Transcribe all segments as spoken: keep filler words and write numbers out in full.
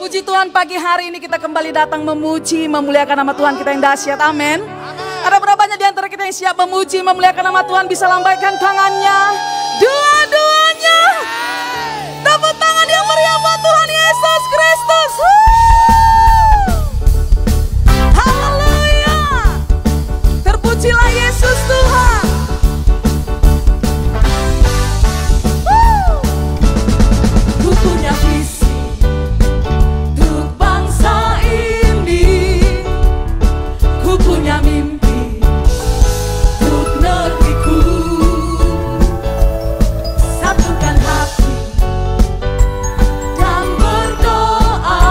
Puji Tuhan, pagi hari ini kita kembali datang memuji, memuliakan nama Tuhan kita yang dahsyat. Amin. Ada berapa banyak di antara kita yang siap memuji, memuliakan nama Tuhan, bisa lambaikan tangannya. Dua-duanya. Tepuk tangan yang meriah buat Tuhan Yesus Kristus. Haleluya. Terpujilah Yesus Tuhan. Ku punya visi untuk bangsa ini. Ku punya mimpi untuk negeriku. Satukan hati dan berdoa.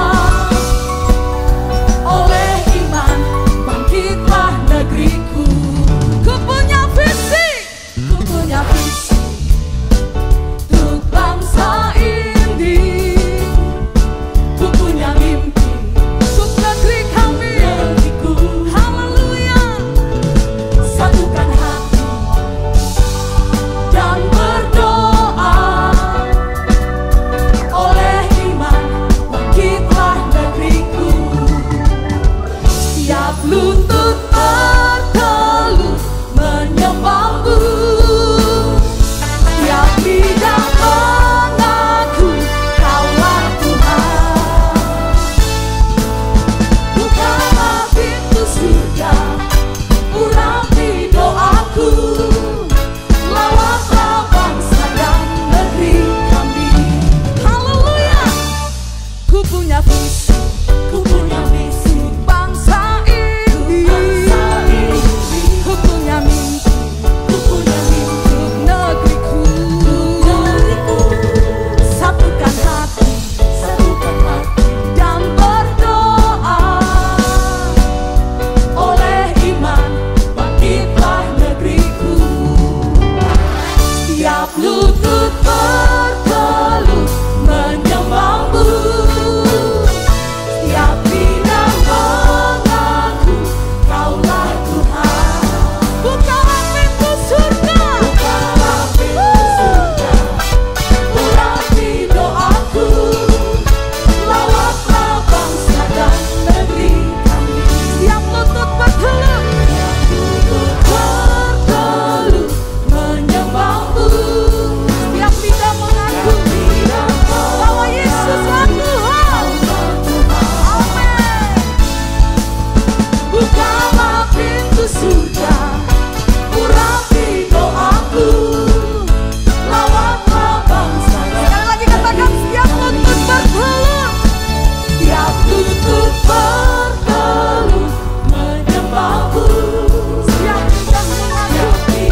Oleh iman bangkitlah negeriku. Ku punya visi, ku punya visi untuk bangsa ini. Ku punya mimpi untuk negeri kami. Negeriku. Haleluya. Satukan hati dan berdoa. Oleh iman bangkitlah negeriku. Setiap lutut bertelut menyembahmu. Setiap lidah mengaku Kaulah Tuhan. Bukalah pintu surga, urapi doaku. Lawatlah bangsa dan negeri kami. Haleluya. Ku punya visi, ku punya visi bangsa ini. Ku punya mimpi, ku punya mimpi negeriku. Satukan hati, satukan hati dan berdoa. Oleh iman bangkitlah negeriku. Setiap lutut bertelut menyembahmu. Setiap lidah mengaku Kaulah Tuhan. Bukalah pintu surga, bukalah pintu surga, urapi doaku. Lawatlah bangsa dan negeri kami. Setiap lutut bertelut, lutut bertelut menyembahmu. Setiap lidah mengaku bahwa Yesuslah Tuhan. Amin. Bukalah pintu surga, urapi doaku. Lawatlah bangsa. Sekali lagi katakan, setiap lutut bertelut, setiap lutut bertelut menyembahmu. Setiap lidah mengaku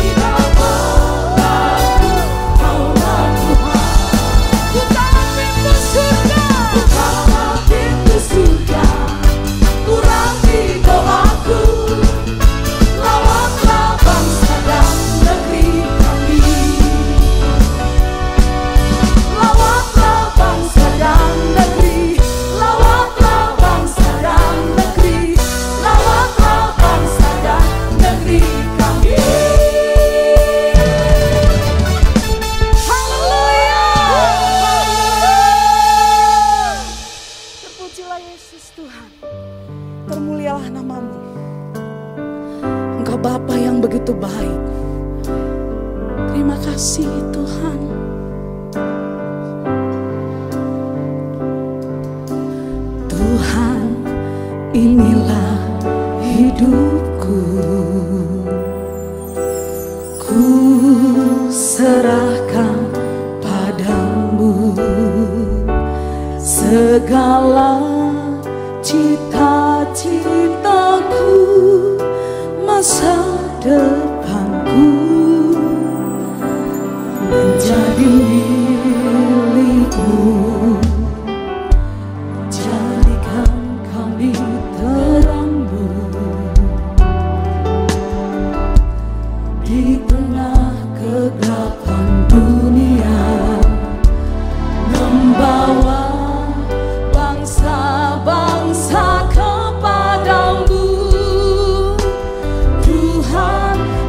Kaulah Tuhan. Bukalah pintu surga, bukalah pintu surga, urapi doaku. Lawatlah bangsa dan negeri kami. Lawatlah bangsa dan negeri. Lawatlah bangsa dan negeri. Lawatlah bangsa dan negeri kami. Haleluya. Terpujilah Yesus Tuhan. Termulialah namamu. Engkau Bapa yang begitu baik. Terima kasih Tuhan. Tuhan, inilah hidupku. Ku serahkan padamu segala cita-citaku, masa depanku menjadi milikmu. Jadikan kami terangmu di tengah kegelapan dunia, membawa bangsa-bangsa kepadamu. Tuhan,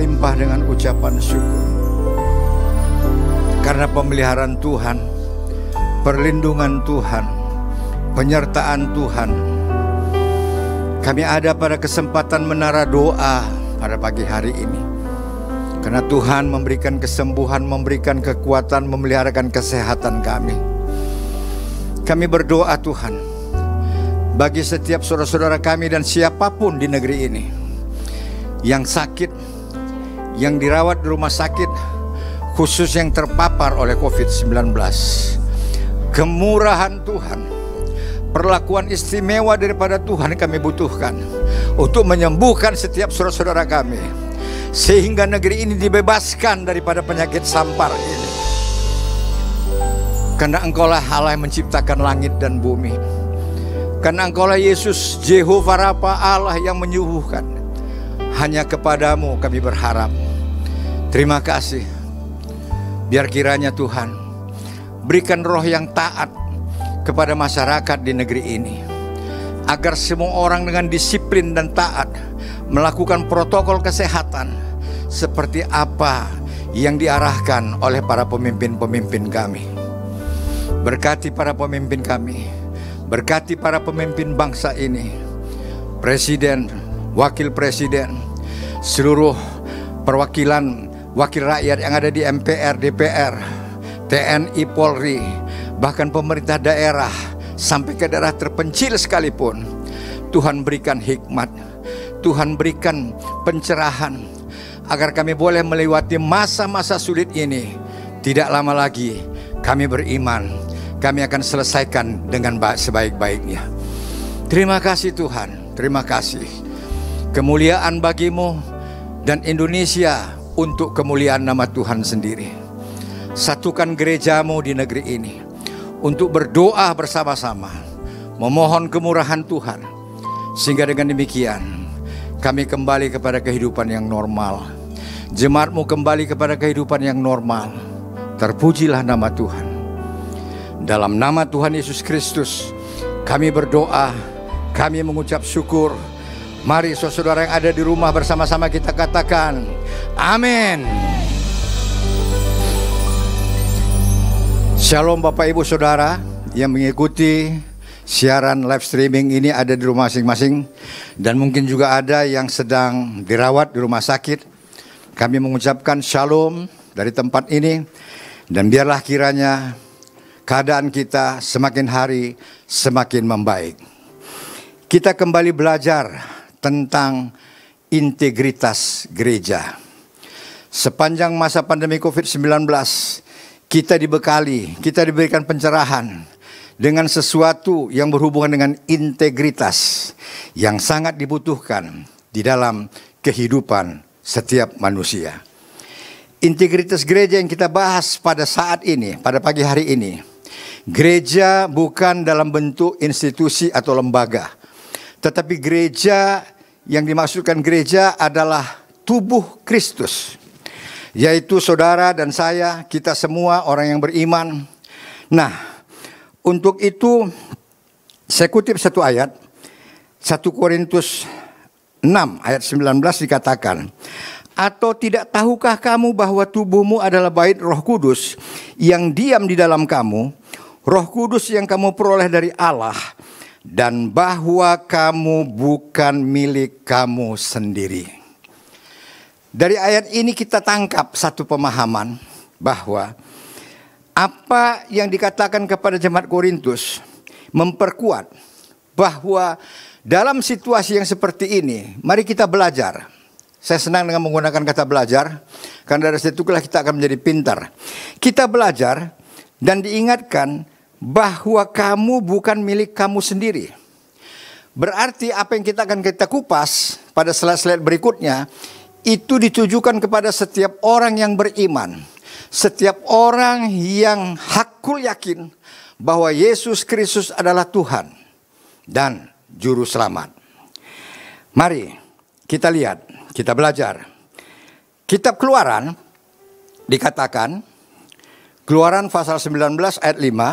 berlimpah dengan ucapan syukur. Karena pemeliharaan Tuhan, perlindungan Tuhan, penyertaan Tuhan, kami ada pada kesempatan menara doa pada pagi hari ini. Karena Tuhan memberikan kesembuhan, memberikan kekuatan, memeliharakan kesehatan kami. Kami berdoa Tuhan, bagi setiap saudara-saudara kami dan siapapun di negeri ini yang sakit, yang dirawat di rumah sakit, khusus yang terpapar oleh covid sembilan belas. Kemurahan Tuhan, perlakuan istimewa daripada Tuhan kami butuhkan untuk menyembuhkan setiap saudara-saudara kami, sehingga negeri ini dibebaskan daripada penyakit sampar ini. Karena Engkaulah Allah yang menciptakan langit dan bumi. Karena Engkaulah Yesus, Jehovah Rafa, Allah yang menyembuhkan. Hanya kepadamu kami berharap. Terima kasih. Biar kiranya Tuhan berikan roh yang taat kepada masyarakat di negeri ini, agar semua orang dengan disiplin dan taat melakukan protokol kesehatan seperti apa yang diarahkan oleh para pemimpin-pemimpin kami. Berkati para pemimpin kami, berkati para pemimpin bangsa ini, presiden, wakil presiden, seluruh perwakilan wakil rakyat yang ada di M P R, D P R, T N I, Polri, bahkan pemerintah daerah sampai ke daerah terpencil sekalipun. Tuhan berikan hikmat, Tuhan berikan pencerahan, agar kami boleh melewati masa-masa sulit ini. Tidak lama lagi kami beriman, kami akan selesaikan dengan sebaik-baiknya. Terima kasih Tuhan, terima kasih. Kemuliaan bagimu dan Indonesia untuk kemuliaan nama Tuhan sendiri. Satukan gerejamu di negeri ini untuk berdoa bersama-sama, memohon kemurahan Tuhan, sehingga dengan demikian kami kembali kepada kehidupan yang normal. Jemaatmu kembali kepada kehidupan yang normal. Terpujilah nama Tuhan. Dalam nama Tuhan Yesus Kristus kami berdoa, kami mengucap syukur. Mari saudara yang ada di rumah bersama-sama kita katakan amin. Shalom Bapak Ibu Saudara yang mengikuti siaran live streaming ini ada di rumah masing-masing, dan mungkin juga ada yang sedang dirawat di rumah sakit. Kami mengucapkan shalom dari tempat ini, dan biarlah kiranya keadaan kita semakin hari semakin membaik. Kita kembali belajar tentang integritas gereja. Sepanjang masa pandemi covid sembilan belas, kita dibekali, kita diberikan pencerahan dengan sesuatu yang berhubungan dengan integritas yang sangat dibutuhkan di dalam kehidupan setiap manusia. Integritas gereja yang kita bahas pada saat ini, pada pagi hari ini. Gereja bukan dalam bentuk institusi atau lembaga, tetapi gereja yang dimaksudkan gereja adalah tubuh Kristus, yaitu saudara dan saya, kita semua orang yang beriman. Nah, untuk itu saya kutip satu ayat, satu Korintus enam ayat sembilan belas dikatakan, atau tidak tahukah kamu bahwa tubuhmu adalah bait Roh Kudus yang diam di dalam kamu, Roh Kudus yang kamu peroleh dari Allah, dan bahwa kamu bukan milik kamu sendiri. Dari ayat ini kita tangkap satu pemahaman bahwa apa yang dikatakan kepada jemaat Korintus memperkuat bahwa dalam situasi yang seperti ini, mari kita belajar. Saya senang dengan menggunakan kata belajar, karena dari situlah kita akan menjadi pintar. Kita belajar dan diingatkan bahwa kamu bukan milik kamu sendiri. Berarti apa yang kita akan kita kupas pada slide-slide berikutnya, itu ditujukan kepada setiap orang yang beriman. Setiap orang yang hakul yakin bahwa Yesus Kristus adalah Tuhan dan Juru Selamat. Mari kita lihat, kita belajar. Kitab Keluaran dikatakan, Keluaran pasal sembilan belas ayat lima,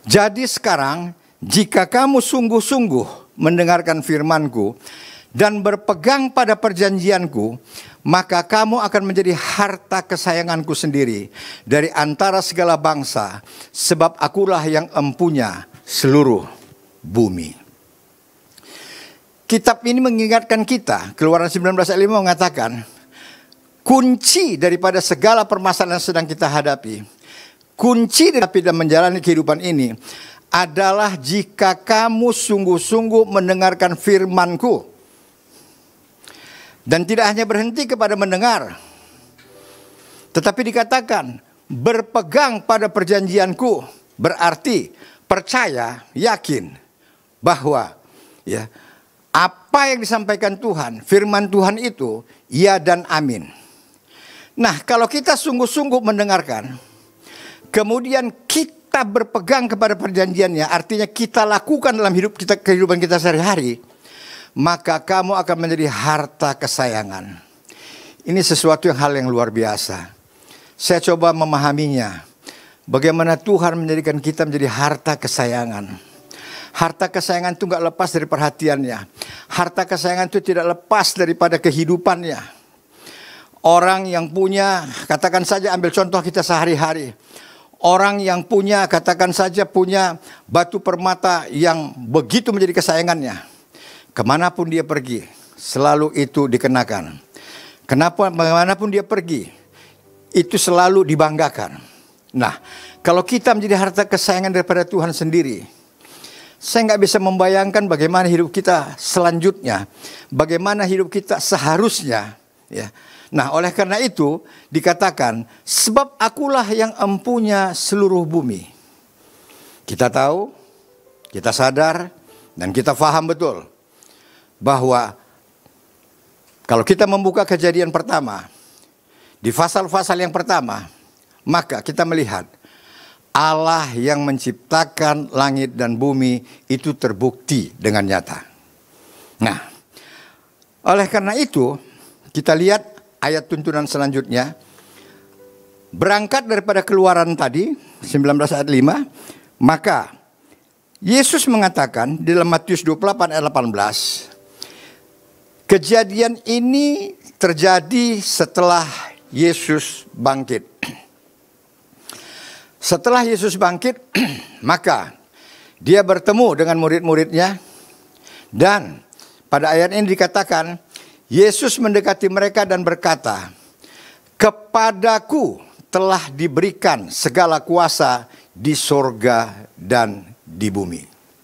Jadi sekarang, jika kamu sungguh-sungguh mendengarkan firman-Ku dan berpegang pada perjanjian-Ku, maka kamu akan menjadi harta kesayangan-Ku sendiri dari antara segala bangsa, sebab Akulah yang empunya seluruh bumi. Kitab ini mengingatkan kita, Keluaran sembilan belas ayat lima mengatakan, kunci daripada segala permasalahan yang sedang kita hadapi, kunci dari dan menjalani kehidupan ini adalah jika kamu sungguh-sungguh mendengarkan firman-Ku. Dan tidak hanya berhenti kepada mendengar, tetapi dikatakan berpegang pada perjanjian-Ku, berarti percaya, yakin bahwa ya apa yang disampaikan Tuhan, firman Tuhan itu ya dan amin. Nah, kalau kita sungguh-sungguh mendengarkan, kemudian kita berpegang kepada perjanjiannya, artinya kita lakukan dalam hidup kita, kehidupan kita sehari-hari, maka kamu akan menjadi harta kesayangan. Ini sesuatu yang hal yang luar biasa. Saya coba memahaminya. Bagaimana Tuhan menjadikan kita menjadi harta kesayangan. Harta kesayangan itu gak lepas dari perhatiannya. Harta kesayangan itu tidak lepas daripada kehidupannya. Orang yang punya, katakan saja ambil contoh kita sehari-hari. Orang yang punya, katakan saja punya batu permata yang begitu menjadi kesayangannya. Kemanapun dia pergi, selalu itu dikenakan. Kenapa, kemanapun dia pergi, itu selalu dibanggakan. Nah, kalau kita menjadi harta kesayangan daripada Tuhan sendiri, saya nggak bisa membayangkan bagaimana hidup kita selanjutnya, bagaimana hidup kita seharusnya. Ya. Nah, oleh karena itu dikatakan, sebab Akulah yang empunya seluruh bumi. Kita tahu, kita sadar, dan kita faham betul bahwa kalau kita membuka Kejadian pertama, di pasal-pasal yang pertama, maka kita melihat Allah yang menciptakan langit dan bumi itu terbukti dengan nyata. Nah, oleh karena itu kita lihat ayat tuntunan selanjutnya. Berangkat daripada Keluaran tadi, sembilan belas ayat lima, maka Yesus mengatakan di dalam Matius dua puluh delapan ayat delapan belas, kejadian ini terjadi setelah Yesus bangkit. Setelah Yesus bangkit, maka dia bertemu dengan murid-muridnya. Dan pada ayat ini dikatakan, Yesus mendekati mereka dan berkata, kepadaku telah diberikan segala kuasa di sorga dan di bumi.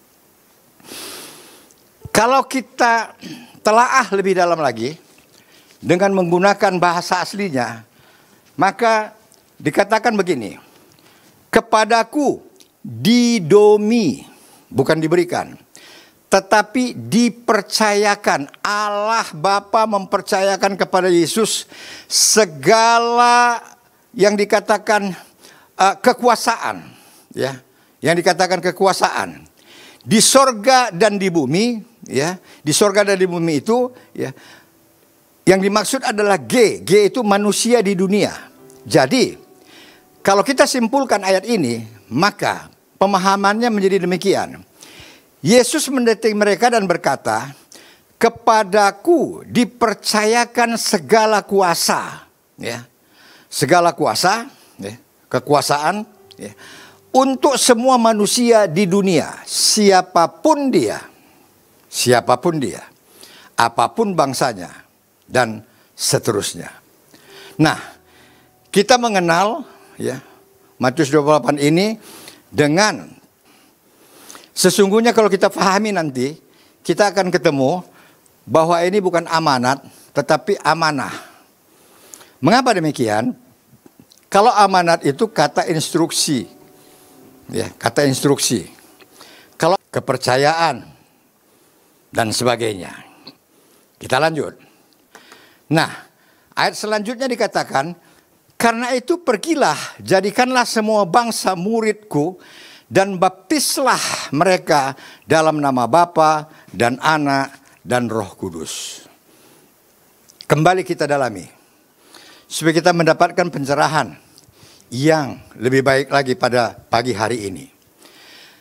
Kalau kita telaah lebih dalam lagi dengan menggunakan bahasa aslinya, maka dikatakan begini, kepadaku didomi, bukan diberikan, tetapi dipercayakan. Allah Bapa mempercayakan kepada Yesus segala yang dikatakan uh, kekuasaan, ya, yang dikatakan kekuasaan di sorga dan di bumi, ya, di sorga dan di bumi itu, ya, yang dimaksud adalah G, G itu manusia di dunia. Jadi, kalau kita simpulkan ayat ini, maka pemahamannya menjadi demikian. Yesus mendetik mereka dan berkata, kepadaku dipercayakan segala kuasa, ya, segala kuasa, ya, kekuasaan, ya, untuk semua manusia di dunia, siapapun dia, siapapun dia, apapun bangsanya, dan seterusnya. Nah, kita mengenal, ya, Matius dua puluh delapan ini dengan sesungguhnya kalau kita pahami nanti, kita akan ketemu bahwa ini bukan amanat, tetapi amanah. Mengapa demikian? Kalau amanat itu kata instruksi, ya, kata instruksi. Kalau kepercayaan dan sebagainya. Kita lanjut. Nah, ayat selanjutnya dikatakan, karena itu pergilah, jadikanlah semua bangsa muridku, dan baptislah mereka dalam nama Bapa dan Anak dan Roh Kudus. Kembali kita dalami, supaya kita mendapatkan pencerahan yang lebih baik lagi pada pagi hari ini.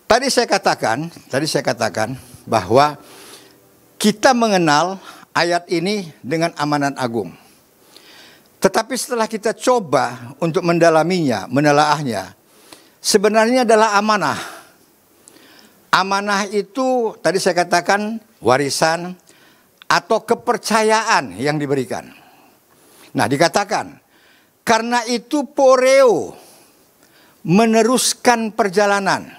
tadi saya katakan, tadi saya katakan bahwa kita mengenal ayat ini dengan amanat agung. Tetapi setelah kita coba untuk mendalaminya, menelaahnya, sebenarnya adalah amanah. Amanah itu tadi saya katakan warisan atau kepercayaan yang diberikan. Nah, dikatakan karena itu poreo, meneruskan perjalanan.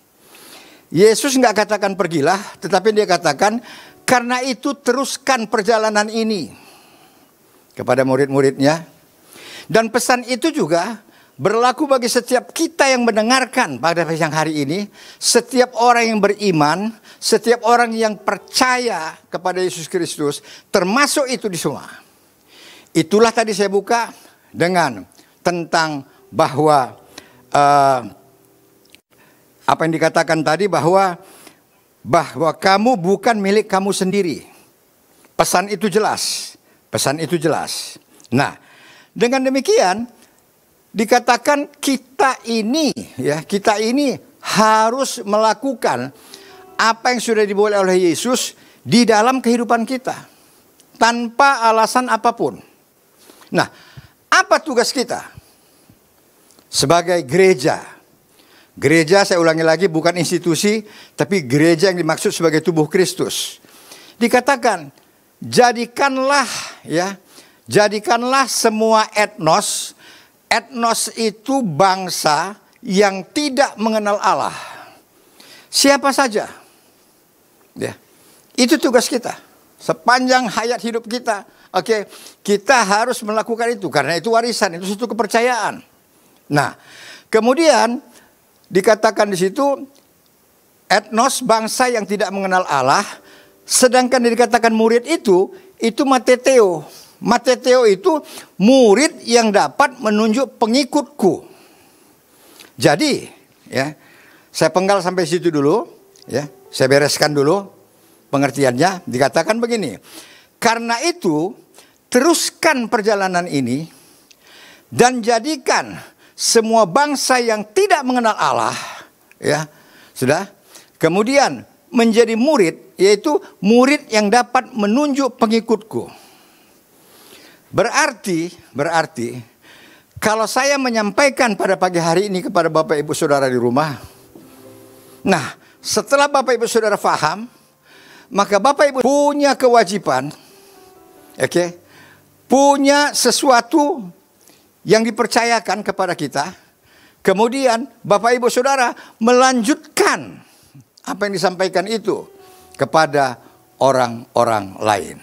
Yesus nggak katakan pergilah, tetapi dia katakan karena itu teruskan perjalanan ini kepada murid-muridnya. Dan pesan itu juga berlaku bagi setiap kita yang mendengarkan pada siang hari ini. Setiap orang yang beriman, setiap orang yang percaya kepada Yesus Kristus, termasuk itu di semua. Itulah tadi saya buka dengan tentang bahwa uh, apa yang dikatakan tadi bahwa bahwa kamu bukan milik kamu sendiri. Pesan itu jelas. Pesan itu jelas. Nah, dengan demikian dikatakan kita ini ya, kita ini harus melakukan apa yang sudah diboleh oleh Yesus di dalam kehidupan kita tanpa alasan apapun. Nah, apa tugas kita sebagai gereja? Gereja, saya ulangi lagi, bukan institusi, tapi gereja yang dimaksud sebagai tubuh Kristus. Dikatakan, jadikanlah ya, jadikanlah semua etnos. Etnos itu bangsa yang tidak mengenal Allah. Siapa saja. Ya. Itu tugas kita. Sepanjang hayat hidup kita. Oke, kita harus melakukan itu karena itu warisan, itu suatu kepercayaan. Nah, kemudian dikatakan di situ etnos bangsa yang tidak mengenal Allah, sedangkan dikatakan murid itu itu mateteo. Mateteo itu murid yang dapat menunjuk pengikutku. Jadi, ya, saya penggal sampai situ dulu, ya. Saya bereskan dulu pengertiannya. Dikatakan begini. Karena itu, teruskan perjalanan ini dan jadikan semua bangsa yang tidak mengenal Allah, ya, sudah. Kemudian menjadi murid, yaitu murid yang dapat menunjuk pengikutku. Berarti, berarti, kalau saya menyampaikan pada pagi hari ini kepada Bapak Ibu Saudara di rumah, nah, setelah Bapak Ibu Saudara faham, maka Bapak Ibu punya kewajiban, oke, okay, punya sesuatu yang dipercayakan kepada kita. Kemudian Bapak Ibu Saudara melanjutkan apa yang disampaikan itu kepada orang-orang lain.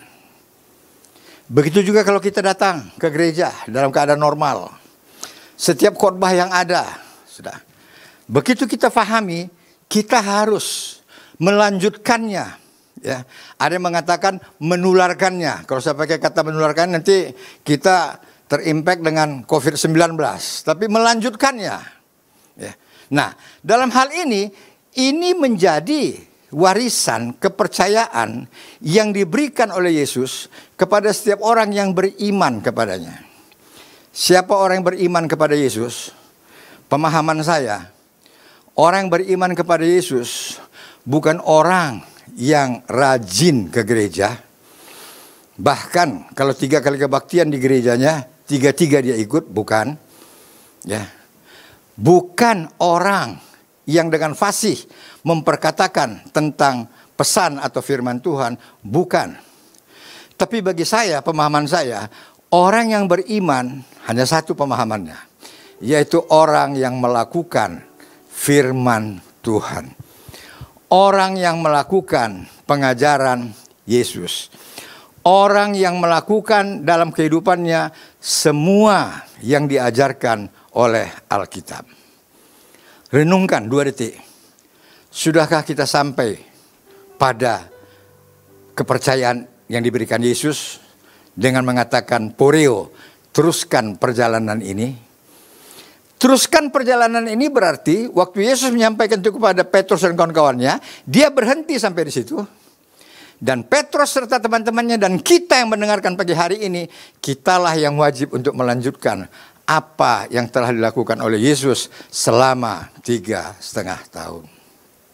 Begitu juga kalau kita datang ke gereja dalam keadaan normal. Setiap khotbah yang ada, sudah. Begitu kita pahami, kita harus melanjutkannya. Ya, ada yang mengatakan menularkannya. Kalau saya pakai kata menularkan, nanti kita terimpact dengan covid sembilan belas, tapi melanjutkannya. Ya. Nah, dalam hal ini, ini menjadi warisan kepercayaan yang diberikan oleh Yesus kepada setiap orang yang beriman kepadanya. Siapa orang yang beriman kepada Yesus? Pemahaman saya, orang yang beriman kepada Yesus bukan orang yang rajin ke gereja. Bahkan kalau tiga kali kebaktian di gerejanya, tiga-tiga dia ikut, bukan. Ya. Bukan orang yang dengan fasih memperkatakan tentang pesan atau firman Tuhan, bukan. Tapi bagi saya, pemahaman saya, orang yang beriman hanya satu pemahamannya, yaitu orang yang melakukan firman Tuhan. Orang yang melakukan pengajaran Yesus. Orang yang melakukan dalam kehidupannya semua yang diajarkan oleh Alkitab. Renungkan dua detik. Sudahkah kita sampai pada kepercayaan yang diberikan Yesus dengan mengatakan poreo, teruskan perjalanan ini? Teruskan perjalanan ini berarti waktu Yesus menyampaikan itu kepada Petrus dan kawan-kawannya, dia berhenti sampai di situ. Dan Petrus serta teman-temannya dan kita yang mendengarkan pagi hari ini, kitalah yang wajib untuk melanjutkan apa yang telah dilakukan oleh Yesus selama tiga setengah tahun.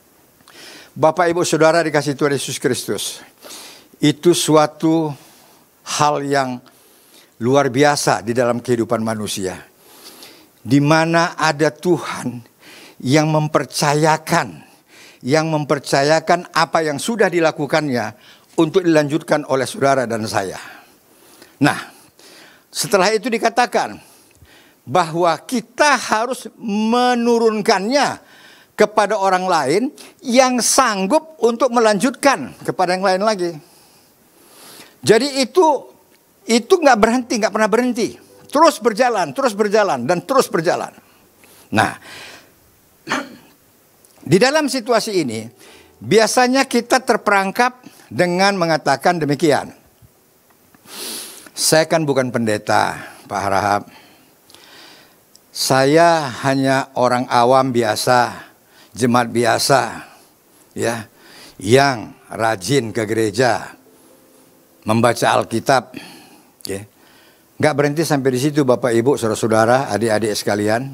Bapak Ibu Saudara dikasih Tuhan Yesus Kristus, itu suatu hal yang luar biasa di dalam kehidupan manusia, di mana ada Tuhan yang mempercayakan, yang mempercayakan apa yang sudah dilakukannya untuk dilanjutkan oleh saudara dan saya. Nah, setelah itu dikatakan bahwa kita harus menurunkannya kepada orang lain yang sanggup untuk melanjutkan kepada yang lain lagi. Jadi itu itu nggak berhenti, nggak pernah berhenti, terus berjalan, terus berjalan dan terus berjalan. Nah, di dalam situasi ini biasanya kita terperangkap dengan mengatakan demikian. Saya kan bukan pendeta, Pak Harahap. Saya hanya orang awam biasa, jemaat biasa, ya, yang rajin ke gereja, membaca Alkitab. Okay. Nggak berhenti sampai di situ, Bapak Ibu, saudara-saudara, adik-adik sekalian.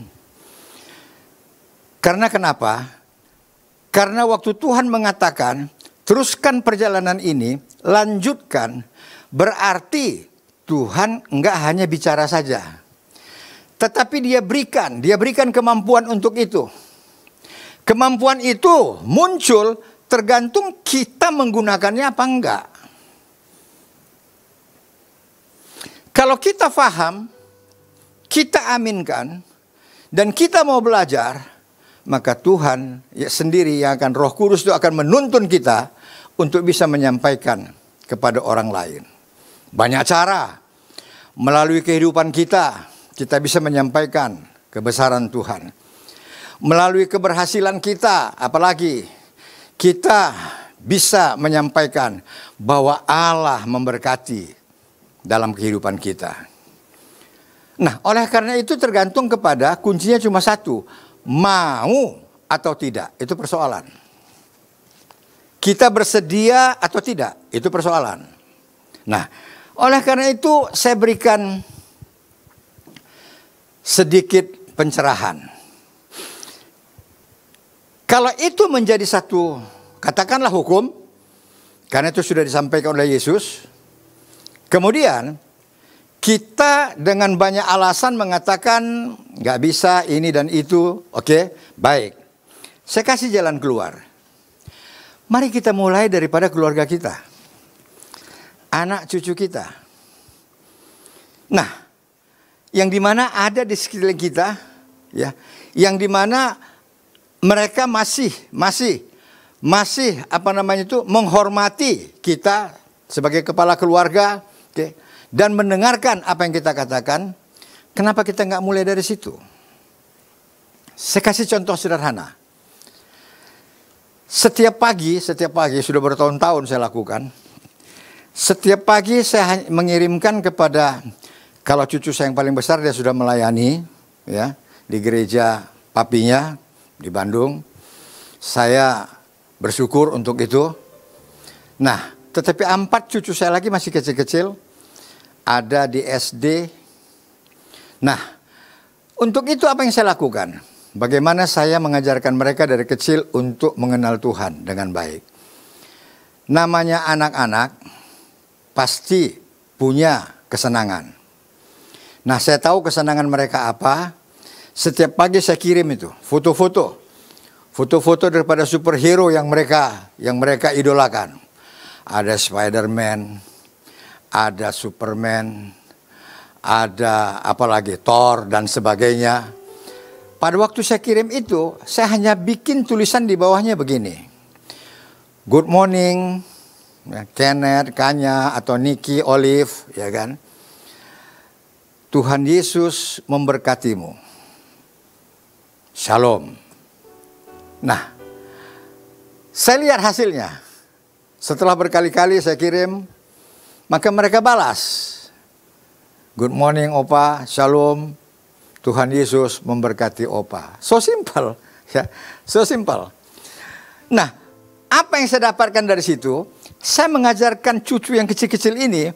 Karena kenapa? Karena waktu Tuhan mengatakan, teruskan perjalanan ini, lanjutkan, berarti Tuhan nggak hanya bicara saja, tetapi dia berikan, dia berikan kemampuan untuk itu. Kemampuan itu muncul tergantung kita menggunakannya apa enggak. Kalau kita faham, kita aminkan, dan kita mau belajar, maka Tuhan ya sendiri yang akan, Roh Kudus itu akan menuntun kita untuk bisa menyampaikan kepada orang lain. Banyak cara, melalui kehidupan kita, kita bisa menyampaikan kebesaran Tuhan. Melalui keberhasilan kita, apalagi kita bisa menyampaikan bahwa Allah memberkati dalam kehidupan kita. Nah, oleh karena itu tergantung kepada kuncinya cuma satu, mau atau tidak, itu persoalan. Kita bersedia atau tidak, itu persoalan. Nah, oleh karena itu saya berikan sedikit pencerahan. Kalau itu menjadi satu, katakanlah hukum, karena itu sudah disampaikan oleh Yesus. Kemudian kita dengan banyak alasan mengatakan nggak bisa ini dan itu. Oke, baik. Saya kasih jalan keluar. Mari kita mulai daripada keluarga kita, anak cucu kita. Nah, yang dimana ada di sekeliling kita, ya, yang dimana mereka masih, masih, masih apa namanya itu menghormati kita sebagai kepala keluarga, okay, dan mendengarkan apa yang kita katakan. Kenapa kita nggak mulai dari situ? Saya kasih contoh sederhana. Setiap pagi, setiap pagi sudah bertahun-tahun saya lakukan. Setiap pagi saya mengirimkan kepada, kalau cucu saya yang paling besar dia sudah melayani, ya, di gereja papinya di Bandung. Saya bersyukur untuk itu. Nah, tetapi empat cucu saya lagi masih kecil-kecil, ada di S D. Nah, untuk itu apa yang saya lakukan? Bagaimana saya mengajarkan mereka dari kecil untuk mengenal Tuhan dengan baik. Namanya anak-anak pasti punya kesenangan. Nah, saya tahu kesenangan mereka apa. Setiap pagi saya kirim itu foto-foto, foto-foto daripada superhero yang mereka yang mereka idolakan. Ada Spider-Man, ada Superman, ada apalagi Thor dan sebagainya. Pada waktu saya kirim itu, saya hanya bikin tulisan di bawahnya begini. Good morning, Kenneth, Kanya, atau Nikki, Olive, ya kan. Tuhan Yesus memberkatimu. Shalom. Nah, saya lihat hasilnya. Setelah berkali-kali saya kirim, maka mereka balas. Good morning Opa, Shalom. Tuhan Yesus memberkati Opa. So simple, ya, so simple. Nah, apa yang saya dapatkan dari situ? Saya mengajarkan cucu yang kecil-kecil ini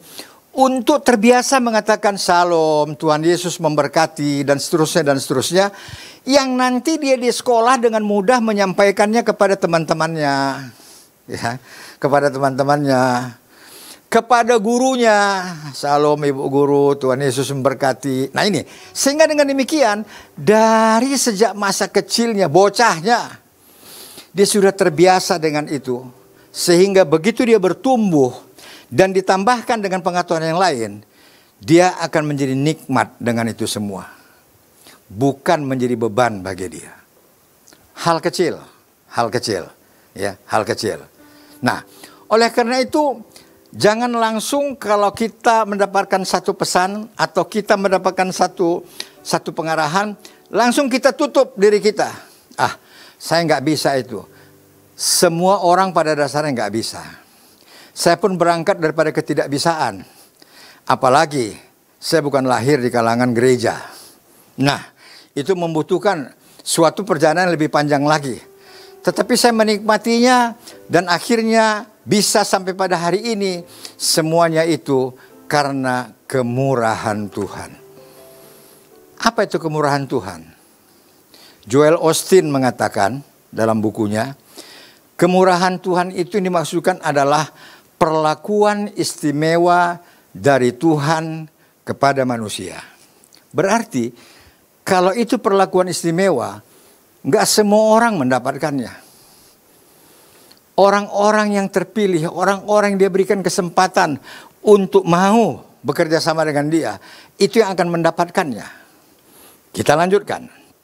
untuk terbiasa mengatakan shalom, Tuhan Yesus memberkati, dan seterusnya dan seterusnya, yang nanti dia di sekolah dengan mudah menyampaikannya kepada teman-temannya, ya, kepada teman-temannya, kepada gurunya, shalom ibu guru, Tuhan Yesus memberkati. Nah ini, sehingga dengan demikian, dari sejak masa kecilnya, bocahnya, dia sudah terbiasa dengan itu, sehingga begitu dia bertumbuh, dan ditambahkan dengan pengetahuan yang lain, dia akan menjadi nikmat dengan itu semua. Bukan menjadi beban bagi dia. Hal kecil, hal kecil, ya, hal kecil. Nah, oleh karena itu, jangan langsung kalau kita mendapatkan satu pesan atau kita mendapatkan satu satu pengarahan, langsung kita tutup diri kita. Ah, saya nggak bisa itu. Semua orang pada dasarnya nggak bisa. Saya pun berangkat daripada ketidakbisaan. Apalagi saya bukan lahir di kalangan gereja. Nah, itu membutuhkan suatu perjalanan lebih panjang lagi. Tetapi saya menikmatinya dan akhirnya bisa sampai pada hari ini. Semuanya itu karena kemurahan Tuhan. Apa itu kemurahan Tuhan? Joel Osteen mengatakan dalam bukunya, kemurahan Tuhan itu dimaksudkan adalah perlakuan istimewa dari Tuhan kepada manusia. Berarti kalau itu perlakuan istimewa, nggak semua orang mendapatkannya. Orang-orang yang terpilih, orang-orang yang dia berikan kesempatan untuk mau bekerja sama dengan dia, itu yang akan mendapatkannya. Kita lanjutkan.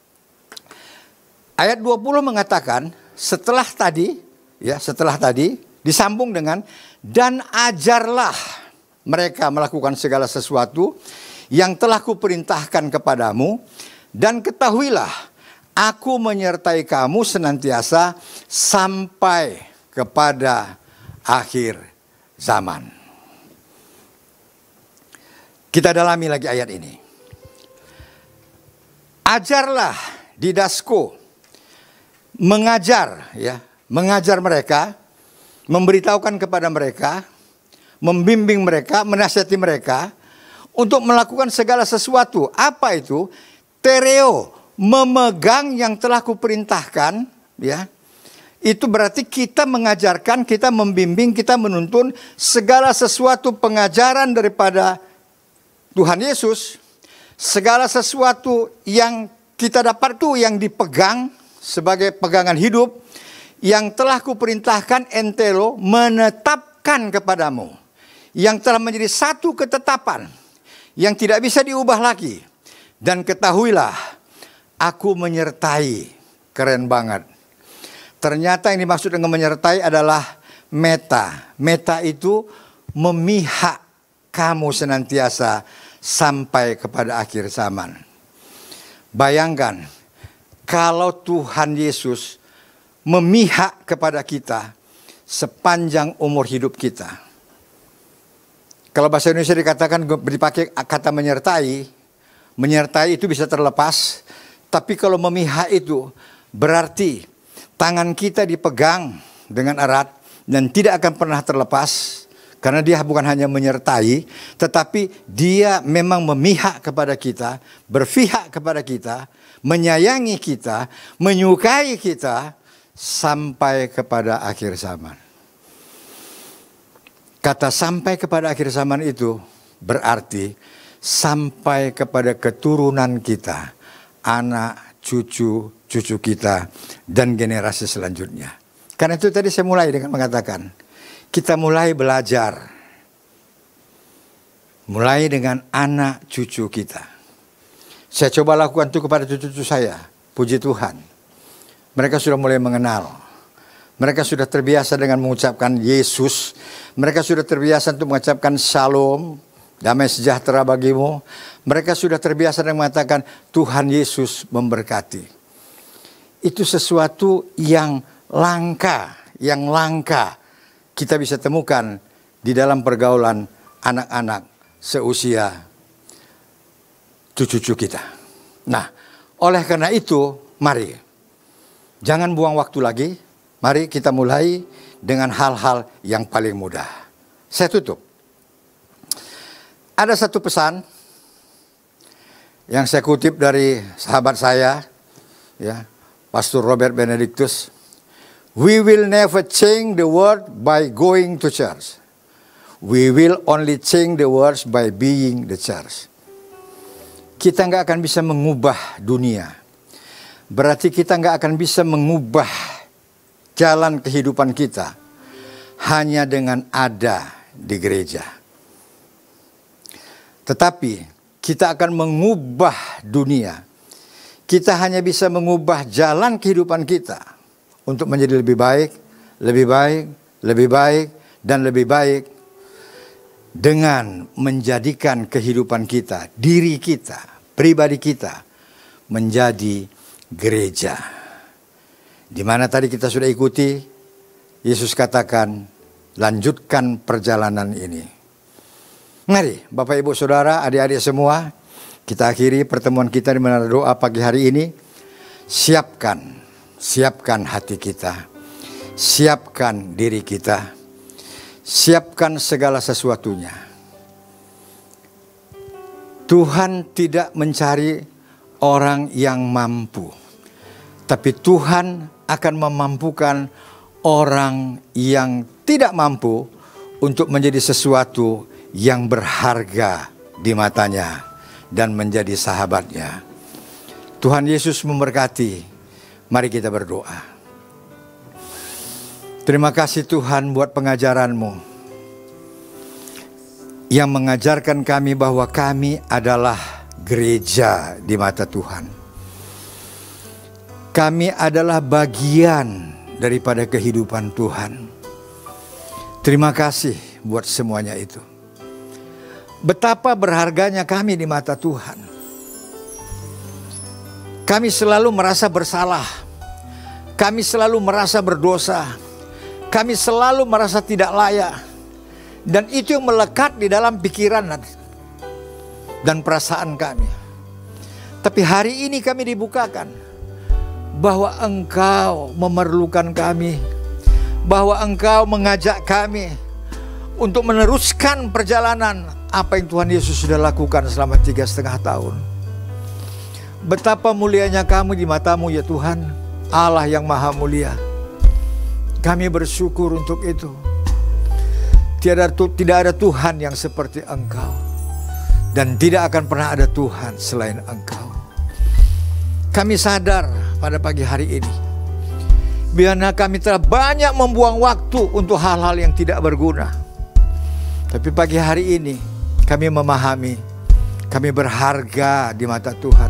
Ayat dua puluh mengatakan, setelah tadi, ya setelah tadi, disambung dengan, dan ajarlah mereka melakukan segala sesuatu yang telah kuperintahkan kepadamu, dan ketahuilah, aku menyertai kamu senantiasa sampai kepada akhir zaman. Kita dalami lagi ayat ini. Ajarlah di Dasko, mengajar, ya, mengajar mereka, memberitahukan kepada mereka, membimbing mereka, menasihati mereka untuk melakukan segala sesuatu. Apa itu? Tereo, memegang yang telah kuperintahkan, ya. Itu berarti kita mengajarkan, kita membimbing, kita menuntun segala sesuatu pengajaran daripada Tuhan Yesus. Segala sesuatu yang kita dapat itu yang dipegang sebagai pegangan hidup, yang telah kuperintahkan entelo menetapkan kepadamu, yang telah menjadi satu ketetapan, yang tidak bisa diubah lagi. Dan ketahuilah, aku menyertai. Keren banget. Ternyata yang dimaksud dengan menyertai adalah meta. Meta itu memihak kamu senantiasa sampai kepada akhir zaman. Bayangkan, kalau Tuhan Yesus memihak kepada kita sepanjang umur hidup kita. Kalau bahasa Indonesia dikatakan dipakai kata menyertai, menyertai itu bisa terlepas, tapi kalau memihak itu berarti tangan kita dipegang dengan erat dan tidak akan pernah terlepas, karena dia bukan hanya menyertai, tetapi dia memang memihak kepada kita, berpihak kepada kita, menyayangi kita, menyukai kita, sampai kepada akhir zaman. Kata sampai kepada akhir zaman itu berarti sampai kepada keturunan kita, anak, cucu, cucu kita, dan generasi selanjutnya. Karena itu tadi saya mulai dengan mengatakan, kita mulai belajar. Mulai dengan anak cucu kita. Saya coba lakukan itu kepada cucu-cucu saya. Puji Tuhan. Mereka sudah mulai mengenal. Mereka sudah terbiasa dengan mengucapkan Yesus. Mereka sudah terbiasa untuk mengucapkan Shalom, damai sejahtera bagimu. Mereka sudah terbiasa dengan mengatakan Tuhan Yesus memberkati. Itu sesuatu yang langka, yang langka kita bisa temukan di dalam pergaulan anak-anak seusia cucu-cucu kita. Nah, oleh karena itu, mari jangan buang waktu lagi. Mari kita mulai dengan hal-hal yang paling mudah. Saya tutup. Ada satu pesan yang saya kutip dari sahabat saya, ya, Pastor Robert Benedictus. We will never change the world by going to church. We will only change the world by being the church. Kita nggak akan bisa mengubah dunia. Berarti kita nggak akan bisa mengubah jalan kehidupan kita hanya dengan ada di gereja. Tetapi kita akan mengubah dunia. Kita hanya bisa mengubah jalan kehidupan kita untuk menjadi lebih baik, lebih baik, lebih baik, dan lebih baik dengan menjadikan kehidupan kita, diri kita, pribadi kita menjadi gereja. Di mana tadi kita sudah ikuti, Yesus katakan, lanjutkan perjalanan ini. Mari Bapak Ibu Saudara, adik-adik semua, kita akhiri pertemuan kita di menara doa pagi hari ini. Siapkan, siapkan hati kita, siapkan diri kita, siapkan segala sesuatunya. Tuhan tidak mencari orang yang mampu, tapi Tuhan akan memampukan orang yang tidak mampu untuk menjadi sesuatu yang berharga di matanya dan menjadi sahabatnya. Tuhan Yesus memberkati. Mari kita berdoa. Terima kasih Tuhan buat pengajaran-Mu yang mengajarkan kami bahwa kami adalah gereja di mata Tuhan. Kami adalah bagian daripada kehidupan Tuhan. Terima kasih buat semuanya itu. Betapa berharganya kami di mata Tuhan. Kami selalu merasa bersalah. Kami selalu merasa berdosa. Kami selalu merasa tidak layak. Dan itu yang melekat di dalam pikiran dan perasaan kami. Tapi hari ini kami dibukakan bahwa Engkau memerlukan kami. Bahwa Engkau mengajak kami untuk meneruskan perjalanan apa yang Tuhan Yesus sudah lakukan selama tiga setengah tahun. Betapa mulianya kamu di mata-Mu ya Tuhan, Allah yang maha mulia. Kami bersyukur untuk itu. Tiada, tidak ada Tuhan yang seperti Engkau. Dan tidak akan pernah ada Tuhan selain Engkau. Kami sadar pada pagi hari ini, biarlah kami telah banyak membuang waktu untuk hal-hal yang tidak berguna. Tapi pagi hari ini kami memahami, kami berharga di mata Tuhan.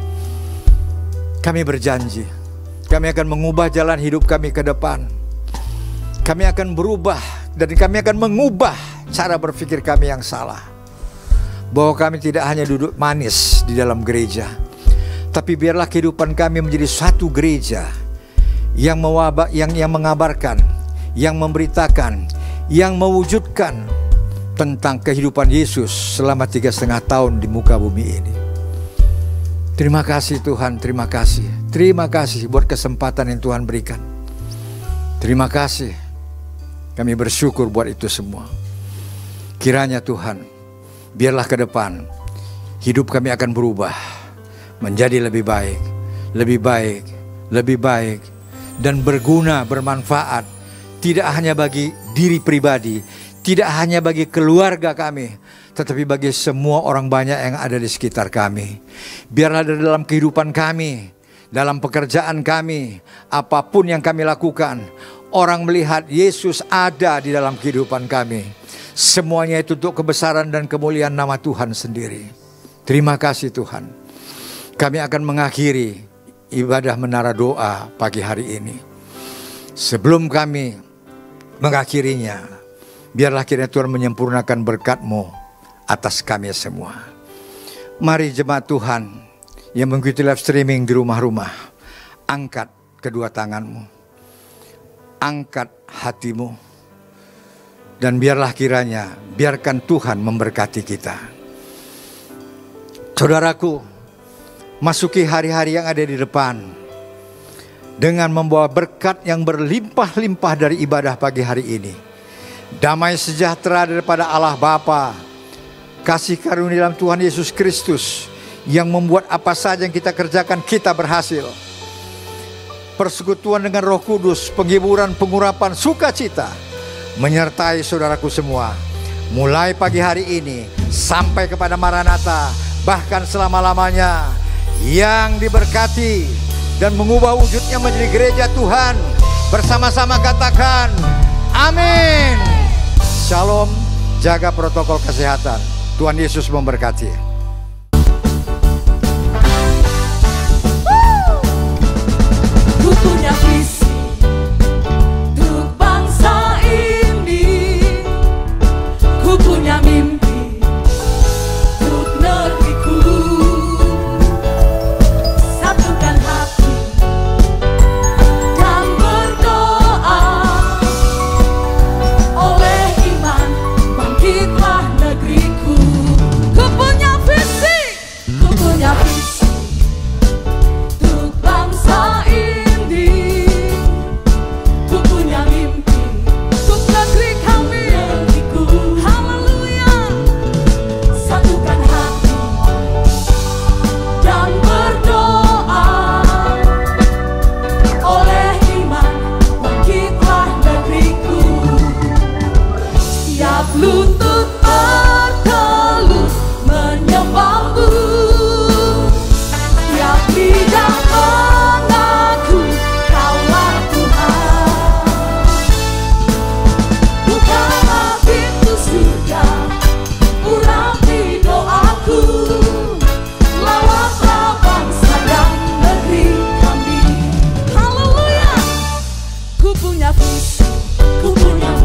Kami berjanji, kami akan mengubah jalan hidup kami ke depan. Kami akan berubah dan kami akan mengubah cara berpikir kami yang salah. Bahwa kami tidak hanya duduk manis di dalam gereja, tapi biarlah kehidupan kami menjadi satu gereja yang mewabak, yang yang mengabarkan, yang memberitakan, yang mewujudkan tentang kehidupan Yesus selama tiga setengah tahun di muka bumi ini. Terima kasih Tuhan, terima kasih. Terima kasih buat kesempatan yang Tuhan berikan. Terima kasih. Kami bersyukur buat itu semua. Kiranya Tuhan, biarlah ke depan hidup kami akan berubah menjadi lebih baik, lebih baik, lebih baik, dan berguna, bermanfaat. Tidak hanya bagi diri pribadi, tidak hanya bagi keluarga kami, tetapi bagi semua orang banyak yang ada di sekitar kami. Biarlah dalam kehidupan kami, dalam pekerjaan kami, apapun yang kami lakukan, orang melihat Yesus ada di dalam kehidupan kami. Semuanya itu untuk kebesaran dan kemuliaan nama Tuhan sendiri. Terima kasih Tuhan. Kami akan mengakhiri ibadah menara doa pagi hari ini. Sebelum kami mengakhirinya, biarlah kiranya Tuhan menyempurnakan berkat-Mu atas kami semua. Mari jemaat Tuhan yang mengikuti live streaming di rumah-rumah, angkat kedua tanganmu, angkat hatimu, dan biarlah kiranya, biarkan Tuhan memberkati kita. Saudaraku, masuki hari-hari yang ada di depan dengan membawa berkat yang berlimpah-limpah dari ibadah pagi hari ini. Damai sejahtera daripada Allah Bapa, kasih karunia dalam Tuhan Yesus Kristus yang membuat apa saja yang kita kerjakan kita berhasil. Persekutuan dengan Roh Kudus, penghiburan, pengurapan, sukacita menyertai saudaraku semua. Mulai pagi hari ini sampai kepada Maranatha, bahkan selama-lamanya, yang diberkati dan mengubah wujudnya menjadi gereja Tuhan. Bersama-sama katakan amin. Shalom, jaga protokol kesehatan. Tuhan Yesus memberkati. Ku punya visi untuk bangsa ini, ku punya mimpi untuk negeriku. Satukan hati dan berdoa, oleh iman bangkitlah negeriku. Ku punya visi, ku punya visi untuk bangsa ini. Lutut bertelut menyembahmu, tiap lidah mengaku Kaulah Tuhan. Bukalah pintu surga, urapi doaku, lawatlah bangsa dan negeri kami. Haleluya. Ku punya visi, ku punya